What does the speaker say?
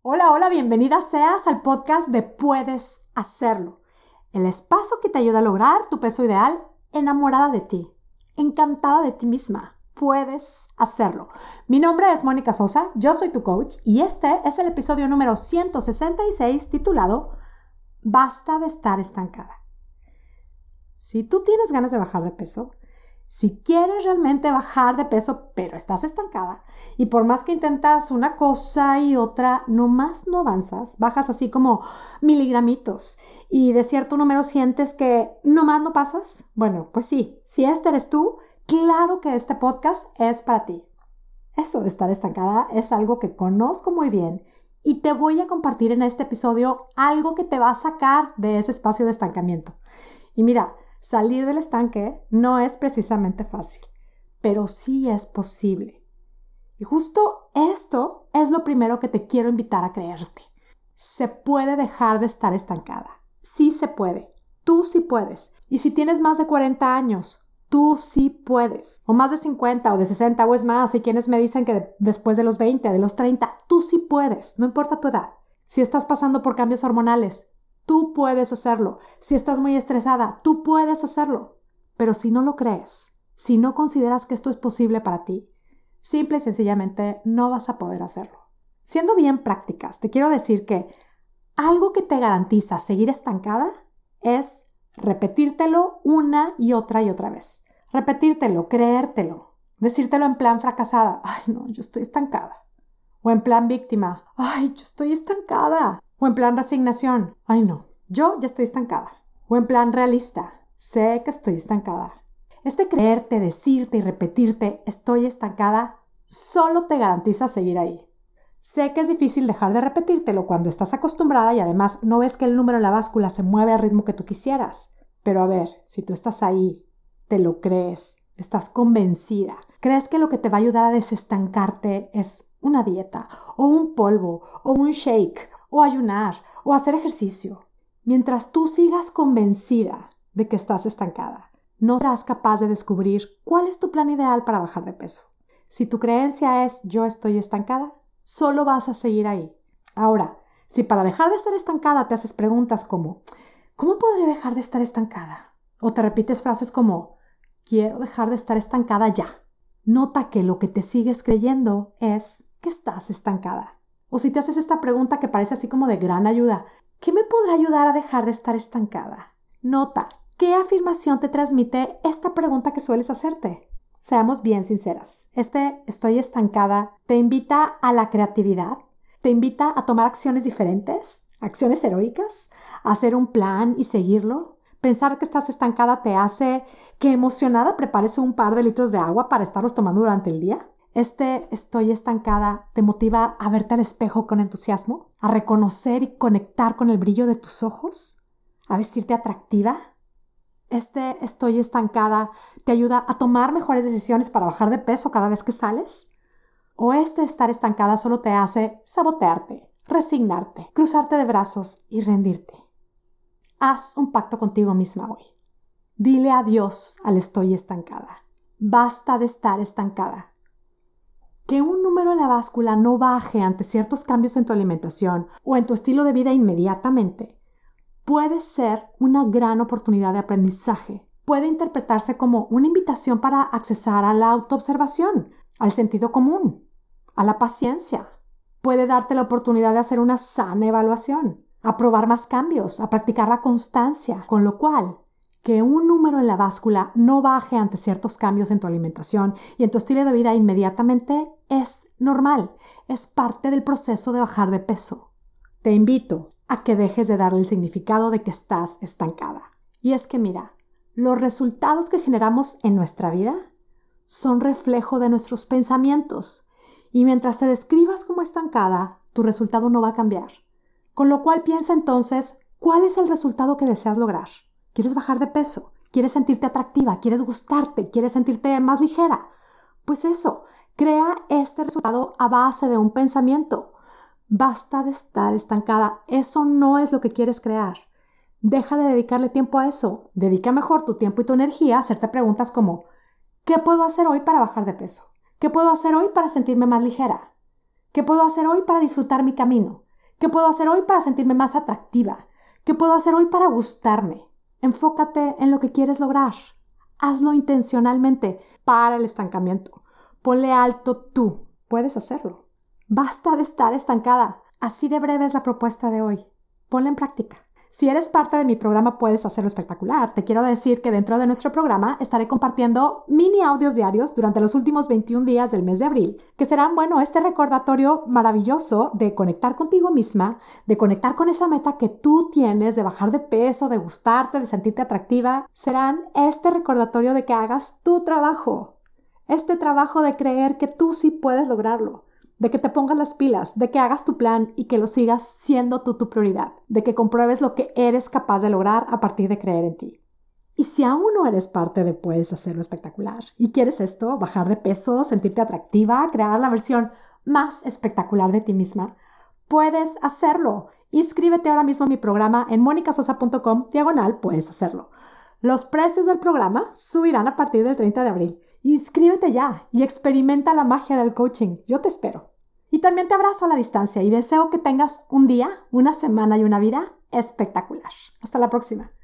Hola, hola, bienvenida seas al podcast de Puedes Hacerlo, el espacio que te ayuda a lograr tu peso ideal enamorada de ti, encantada de ti misma. Puedes hacerlo. Mi nombre es Mónica Sosa, yo soy tu coach y este es el episodio número 166 titulado Basta de estar estancada. Si tú tienes ganas de bajar de peso, si quieres realmente bajar de peso, pero estás estancada y por más que intentas una cosa y otra, nomás no avanzas, bajas así como miligramitos y de cierto número sientes que nomás no pasas, bueno, pues sí, si este eres tú, claro que este podcast es para ti. Eso de estar estancada es algo que conozco muy bien y te voy a compartir en este episodio algo que te va a sacar de ese espacio de estancamiento. Y mira, salir del estanque no es precisamente fácil, pero sí es posible. Y justo esto es lo primero que te quiero invitar a creerte. Se puede dejar de estar estancada. Sí se puede. Tú sí puedes. Y si tienes más de 40 años, tú sí puedes. O más de 50 o de 60 o es más. Hay quienes me dicen que después de los 20, de los 30, tú sí puedes. No importa tu edad. Si estás pasando por cambios hormonales, tú puedes hacerlo. Si estás muy estresada, tú puedes hacerlo. Pero si no lo crees, si no consideras que esto es posible para ti, simple y sencillamente no vas a poder hacerlo. Siendo bien prácticas, te quiero decir que algo que te garantiza seguir estancada es repetírtelo una y otra vez. Repetírtelo, creértelo, decírtelo en plan fracasada. Ay, no, yo estoy estancada. O en plan víctima. Ay, yo estoy estancada. O en plan resignación. Ay, no, yo ya estoy estancada. O en plan realista. Sé que estoy estancada. Creerte, decirte y repetirte estoy estancada solo te garantiza seguir ahí. Sé que es difícil dejar de repetírtelo cuando estás acostumbrada y además no ves que el número en la báscula se mueve al ritmo que tú quisieras. Pero a ver, si tú estás ahí, te lo crees, estás convencida, crees que lo que te va a ayudar a desestancarte es una dieta, o un polvo, o un shake, o ayunar, o hacer ejercicio. Mientras tú sigas convencida de que estás estancada, no serás capaz de descubrir cuál es tu plan ideal para bajar de peso. Si tu creencia es yo estoy estancada, solo vas a seguir ahí. Ahora, si para dejar de estar estancada te haces preguntas como ¿cómo podré dejar de estar estancada? O te repites frases como quiero dejar de estar estancada ya. Nota que lo que te sigues creyendo es que estás estancada. O si te haces esta pregunta que parece así como de gran ayuda, ¿qué me podrá ayudar a dejar de estar estancada? Nota, ¿qué afirmación te transmite esta pregunta que sueles hacerte? Seamos bien sinceras. Estoy estancada te invita a la creatividad, te invita a tomar acciones diferentes, acciones heroicas, a hacer un plan y seguirlo. Pensar que estás estancada te hace que emocionada prepares un par de litros de agua para estarlos tomando durante el día. Estoy estancada te motiva a verte al espejo con entusiasmo, a reconocer y conectar con el brillo de tus ojos, a vestirte atractiva. Estoy estancada te ayuda a tomar mejores decisiones para bajar de peso cada vez que sales. O estar estancada solo te hace sabotearte, resignarte, cruzarte de brazos y rendirte. Haz un pacto contigo misma hoy. Dile adiós al estoy estancada. Basta de estar estancada. Que un número en la báscula no baje ante ciertos cambios en tu alimentación o en tu estilo de vida inmediatamente puede ser una gran oportunidad de aprendizaje. Puede interpretarse como una invitación para accesar a la autoobservación, al sentido común, a la paciencia. Puede darte la oportunidad de hacer una sana evaluación, a probar más cambios, a practicar la constancia, con lo cual que un número en la báscula no baje ante ciertos cambios en tu alimentación y en tu estilo de vida inmediatamente es normal, es parte del proceso de bajar de peso. Te invito a que dejes de darle el significado de que estás estancada. Y es que mira, los resultados que generamos en nuestra vida son reflejo de nuestros pensamientos. Y mientras te describas como estancada, tu resultado no va a cambiar. Con lo cual piensa entonces, ¿cuál es el resultado que deseas lograr? ¿Quieres bajar de peso? ¿Quieres sentirte atractiva? ¿Quieres gustarte? ¿Quieres sentirte más ligera? Pues eso, crea este resultado a base de un pensamiento. Basta de estar estancada. Eso no es lo que quieres crear. Deja de dedicarle tiempo a eso. Dedica mejor tu tiempo y tu energía a hacerte preguntas como ¿qué puedo hacer hoy para bajar de peso? ¿Qué puedo hacer hoy para sentirme más ligera? ¿Qué puedo hacer hoy para disfrutar mi camino? ¿Qué puedo hacer hoy para sentirme más atractiva? ¿Qué puedo hacer hoy para gustarme? Enfócate en lo que quieres lograr. Hazlo intencionalmente. Para el estancamiento. Ponle alto tú. Puedes hacerlo. Basta de estar estancada. Así de breve es la propuesta de hoy. Ponla en práctica. Si eres parte de mi programa Puedes Hacerlo Espectacular, te quiero decir que dentro de nuestro programa estaré compartiendo mini audios diarios durante los últimos 21 días del mes de abril, que serán, este recordatorio maravilloso de conectar contigo misma, de conectar con esa meta que tú tienes, de bajar de peso, de gustarte, de sentirte atractiva. Serán este recordatorio de que hagas tu trabajo. Este trabajo de creer que tú sí puedes lograrlo. De que te pongas las pilas, de que hagas tu plan y que lo sigas siendo tú tu prioridad, de que compruebes lo que eres capaz de lograr a partir de creer en ti. Y si aún no eres parte de Puedes Hacerlo Espectacular y quieres esto, bajar de peso, sentirte atractiva, crear la versión más espectacular de ti misma, puedes hacerlo. Inscríbete ahora mismo a mi programa en monicasosa.com/puedes hacerlo. Los precios del programa subirán a partir del 30 de abril. Inscríbete ya y experimenta la magia del coaching. Yo te espero. Y también te abrazo a la distancia y deseo que tengas un día, una semana y una vida espectacular. Hasta la próxima.